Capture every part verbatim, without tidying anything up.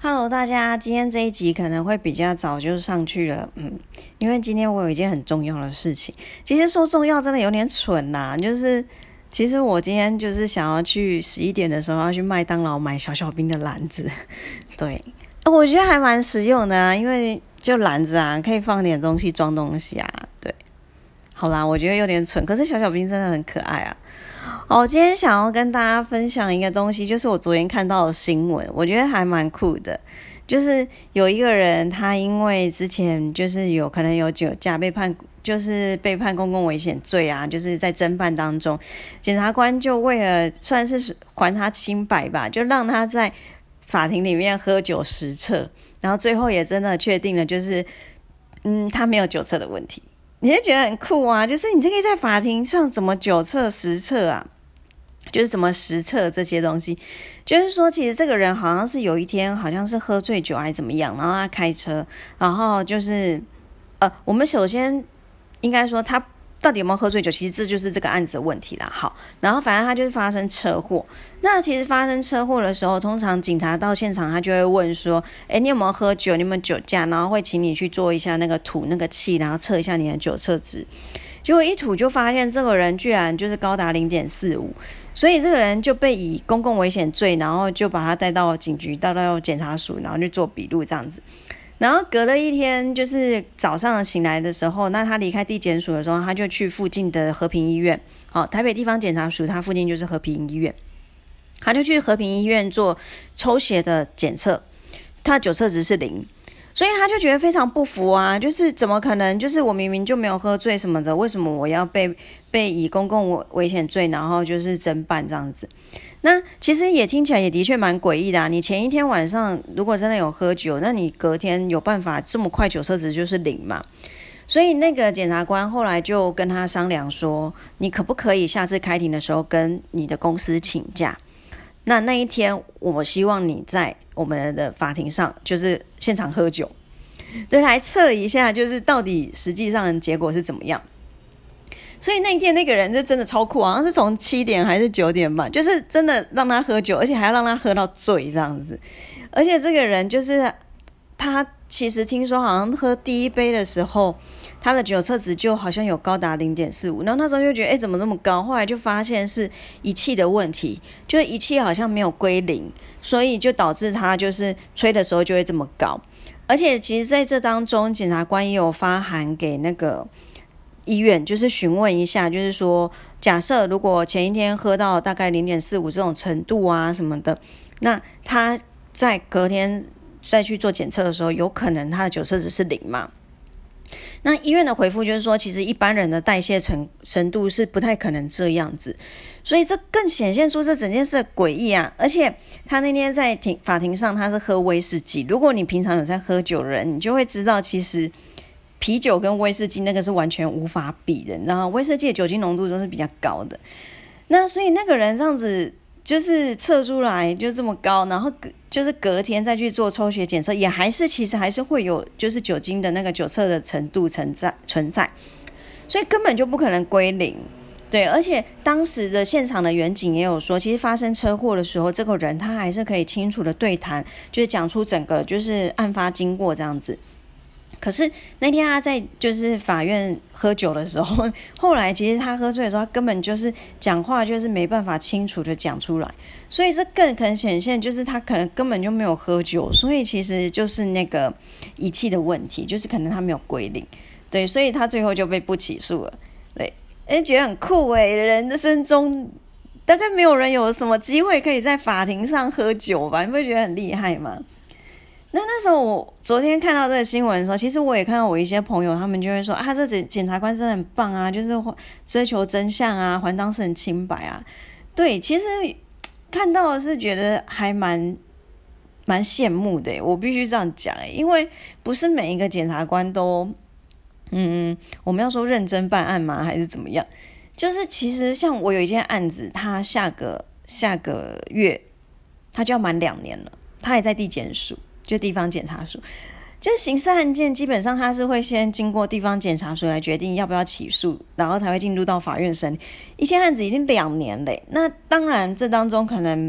Hello，大家，今天这一集可能会比较早就上去了，嗯，因为今天我有一件很重要的事情。其实说重要真的有点蠢呐、就是其实我今天就是想要去十一点的时候要去麦当劳买小小兵的篮子，对，我觉得还蛮实用的啊，因为就篮子啊，可以放点东西装东西啊，对。好啦，我觉得有点蠢，可是小小兵真的很可爱啊。哦，今天想要跟大家分享一个东西，就是我昨天看到的新闻，我觉得还蛮酷的。就是有一个人，他因为之前就是有可能有酒驾被判，就是被判公共危险罪啊，就是在侦办当中，检察官就为了算是还他清白吧，就让他在法庭里面喝酒实测，然后最后也真的确定了，就是嗯，他没有酒测的问题。你会觉得很酷啊，就是你这个在法庭上怎么酒测实测啊，就是怎么实测这些东西，就是说其实这个人好像是有一天好像是喝醉酒还怎么样，然后他开车，然后就是呃，我们首先应该说他到底有没有喝醉酒，其实这就是这个案子的问题啦。好，然后反正他就是发生车祸。那其实发生车祸的时候，通常警察到现场，他就会问说：“哎，你有没有喝酒？你有没有酒驾？”然后会请你去做一下那个吐那个气，然后测一下你的酒测值。结果一吐就发现这个人居然就是高达零点四五，所以这个人就被以公共危险罪，然后就把他带到警局，带到检察署，然后去做笔录这样子。然后隔了一天，就是早上醒来的时候，那他离开地检署的时候，他就去附近的和平医院，好、哦，台北地方检察署，他附近就是和平医院，他就去和平医院做抽血的检测，他的酒测值是零。所以他就觉得非常不服啊，就是怎么可能？就是我明明就没有喝醉什么的，为什么我要被被以公共危险罪，然后就是侦办这样子？那其实也听起来也的确蛮诡异的啊。你前一天晚上如果真的有喝酒，那你隔天有办法这么快酒测值就是零嘛？所以那个检察官后来就跟他商量说，你可不可以下次开庭的时候跟你的公司请假？那那一天，我希望你在我们的法庭上，就是现场喝酒，对，来测一下，就是到底实际上的结果是怎么样。所以那一天那个人就真的超酷，好像是从七点还是九点吧，就是真的让他喝酒，而且还要让他喝到醉这样子。而且这个人就是他，其实听说好像喝第一杯的时候，他的酒测值就好像有高达零点四五，然后那时候就觉得，哎，怎么这么高？后来就发现是仪器的问题，就是仪器好像没有归零，所以就导致他就是吹的时候就会这么高。而且其实在这当中，检察官也有发函给那个医院，就是询问一下，就是说，假设如果前一天喝到大概零点四五这种程度啊什么的，那他在隔天再去做检测的时候，有可能他的酒测值是零嘛？那医院的回复就是说，其实一般人的代谢程程度是不太可能这样子，所以这更显现出这整件事的诡异啊！而且他那天在庭法庭上，他是喝威士忌。如果你平常有在喝酒的人，你就会知道，其实啤酒跟威士忌那个是完全无法比的，你知道吗？威士忌的酒精浓度都是比较高的，那所以那个人这样子就是测出来就这么高，然后就是隔天再去做抽血检测，也还是其实还是会有就是酒精的那个酒测的程度存在存在，所以根本就不可能归零。对，而且当时的现场的远景也有说，其实发生车祸的时候，这个人他还是可以清楚的对谈，就是讲出整个就是案发经过这样子。可是那天他在就是法院喝酒的时候，后来其实他喝醉的时候，他根本就是讲话就是没办法清楚的讲出来，所以这更可能显现就是他可能根本就没有喝酒，所以其实就是那个仪器的问题，就是可能他没有归零，对，所以他最后就被不起诉了，对，哎，觉得很酷哎，人的生中大概没有人有什么机会可以在法庭上喝酒吧？你不会觉得很厉害吗？那那时候我昨天看到这个新闻的时候，其实我也看到我一些朋友，他们就会说啊，这检察官真的很棒啊，就是追求真相啊，还当事人清白啊。对，其实看到的是觉得还蛮蛮羡慕的，我必须这样讲，因为不是每一个检察官都，嗯，我们要说认真办案吗，还是怎么样？就是其实像我有一件案子，他下个下个月他就要满两年了，他也在地检署。就地方检察署，就是刑事案件基本上它是会先经过地方检察署来决定要不要起诉，然后才会进入到法院审理。一件案子已经两年嘞，那当然这当中可能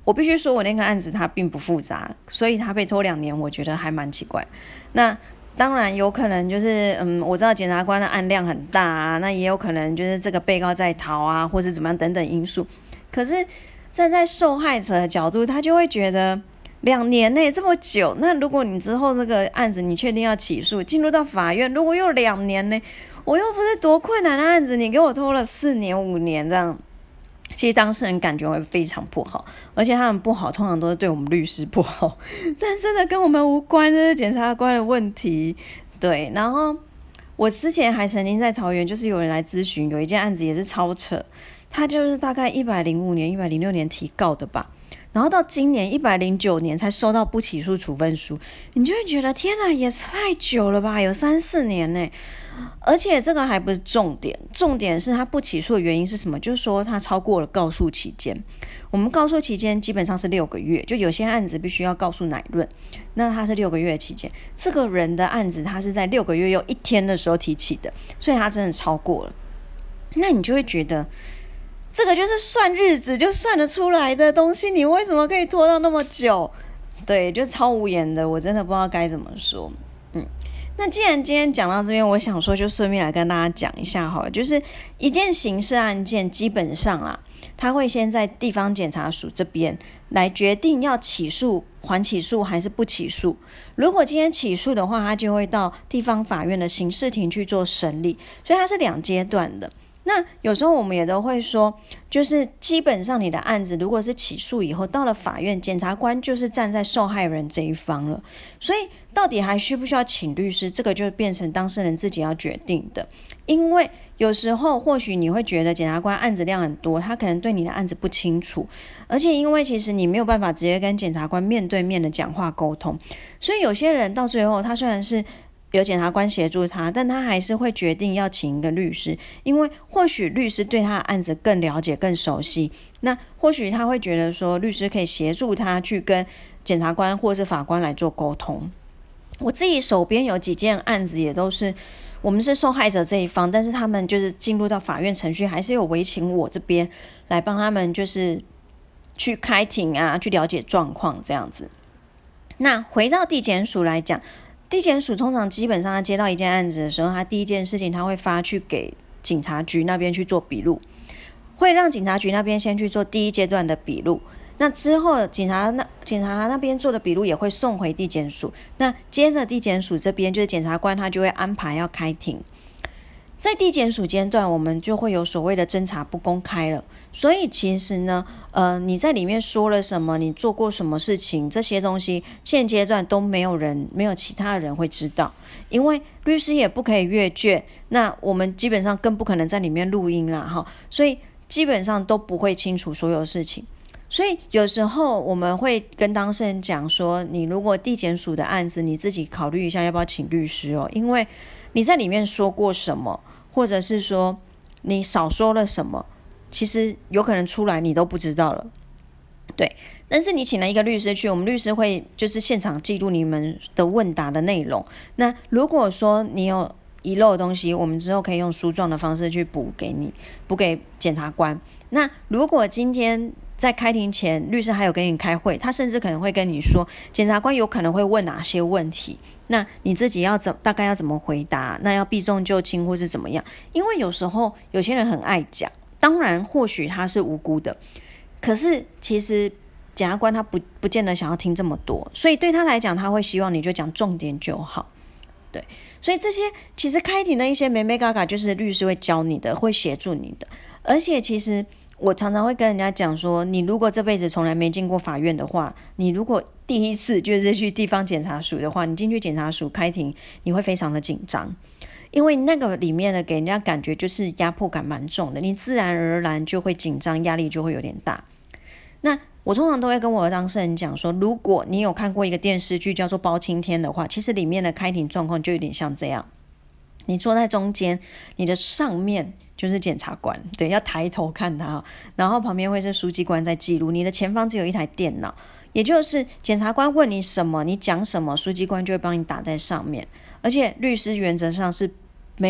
我必须说我那个案子它并不复杂，所以它被拖两年我觉得还蛮奇怪。那当然有可能就是嗯，我知道检察官的案量很大啊，那也有可能就是这个被告在逃啊，或是怎么样等等因素。可是站在受害者的角度，他就会觉得两年内这么久，那如果你之后这个案子你确定要起诉，进入到法院，如果又两年呢，我又不是多困难的案子，你给我拖了四年五年这样，其实当事人感觉会非常不好，而且他们不好通常都是对我们律师不好，但真的跟我们无关，这是检察官的问题。对，然后我之前还曾经在桃园，就是有人来咨询，有一件案子也是超扯，他就是大概一百零五年、一百零六年提告的吧，然后到今年一百零九年才收到不起诉处分书，你就会觉得天哪，也太久了吧，有三四年呢。而且这个还不是重点，重点是他不起诉的原因是什么？就是说他超过了告诉期间。我们告诉期间基本上是六个月，就有些案子必须要告诉乃论，那他是六个月的期间。这个人的案子他是在六个月又一天的时候提起的，所以他真的超过了。那你就会觉得这个就是算日子就算得出来的东西，你为什么可以拖到那么久？对，就超无言的，我真的不知道该怎么说。嗯，那既然今天讲到这边，我想说就顺便来跟大家讲一下好了，就是一件刑事案件基本上啦，他会先在地方检察署这边来决定要起诉、缓起诉还是不起诉。如果今天起诉的话，他就会到地方法院的刑事庭去做审理，所以它是两阶段的。那有时候我们也都会说，就是基本上你的案子如果是起诉以后到了法院，检察官就是站在受害人这一方了，所以到底还需不需要请律师，这个就变成当事人自己要决定的。因为有时候或许你会觉得检察官案子量很多，他可能对你的案子不清楚，而且因为其实你没有办法直接跟检察官面对面的讲话沟通，所以有些人到最后他虽然是有检察官协助他，但他还是会决定要请一个律师，因为或许律师对他的案子更了解更熟悉，那或许他会觉得说律师可以协助他去跟检察官或是法官来做沟通。我自己手边有几件案子也都是我们是受害者这一方，但是他们就是进入到法院程序，还是有委请我这边来帮他们就是去开庭啊，去了解状况这样子。那回到地检署来讲，地检署通常基本上他接到一件案子的时候，他第一件事情他会发去给警察局那边去做笔录，会让警察局那边先去做第一阶段的笔录，那之后警察那警察那边做的笔录也会送回地检署，那接着地检署这边就是检察官他就会安排要开庭。在地检署阶段，我们就会有所谓的侦查不公开了，所以其实呢，呃，你在里面说了什么，你做过什么事情，这些东西现阶段都没有人，没有其他人会知道，因为律师也不可以阅卷，那我们基本上更不可能在里面录音啦，哈，所以基本上都不会清楚所有事情。所以有时候我们会跟当事人讲说，你如果地检署的案子，你自己考虑一下要不要请律师哦，因为你在里面说过什么，或者是说你少说了什么，其实有可能出来你都不知道了。对，但是你请了一个律师去，我们律师会就是现场记录你们的问答的内容，那如果说你有遗漏的东西，我们之后可以用书状的方式去补给你，补给检察官。那如果今天在开庭前律师还有跟你开会，他甚至可能会跟你说检察官有可能会问哪些问题，那你自己要怎大概要怎么回答，那要避重就轻或是怎么样。因为有时候有些人很爱讲，当然或许他是无辜的，可是其实检察官他不不见得想要听这么多，所以对他来讲他会希望你就讲重点就好。对，所以这些其实开庭的一些眉眉角角就是律师会教你的，会协助你的。而且其实我常常会跟人家讲说，你如果这辈子从来没进过法院的话，你如果第一次就是去地方检察署的话，你进去检察署开庭，你会非常的紧张，因为那个里面的给人家感觉就是压迫感蛮重的，你自然而然就会紧张，压力就会有点大。那我通常都会跟我的当事人讲说，如果你有看过一个电视剧叫做《包青天》的话，其实里面的开庭状况就有点像这样，你坐在中间，你的上面就是检察官，对，要抬头看他，然后旁边会是书记官在记录，你的前方只有一台电脑，也就是检察官问你什么，你讲什么，书记官就会帮你打在上面。而且律师原则上是没有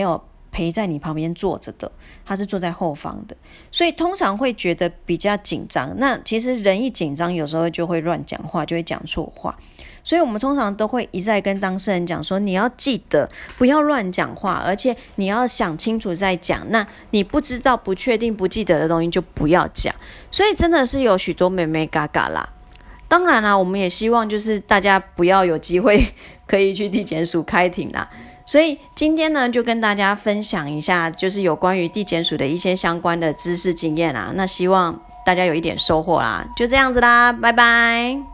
陪在你旁边坐着的，他是坐在后方的，所以通常会觉得比较紧张。那其实人一紧张，有时候就会乱讲话，就会讲错话。所以我们通常都会一再跟当事人讲说，你要记得不要乱讲话，而且你要想清楚再讲。那你不知道、不确定、不记得的东西就不要讲。所以真的是有许多眉眉角角啦。当然啦，我们也希望就是大家不要有机会可以去地检署开庭啦。所以今天呢，就跟大家分享一下，就是有关于地检署的一些相关的知识经验啦。那希望大家有一点收获啦。就这样子啦，拜拜。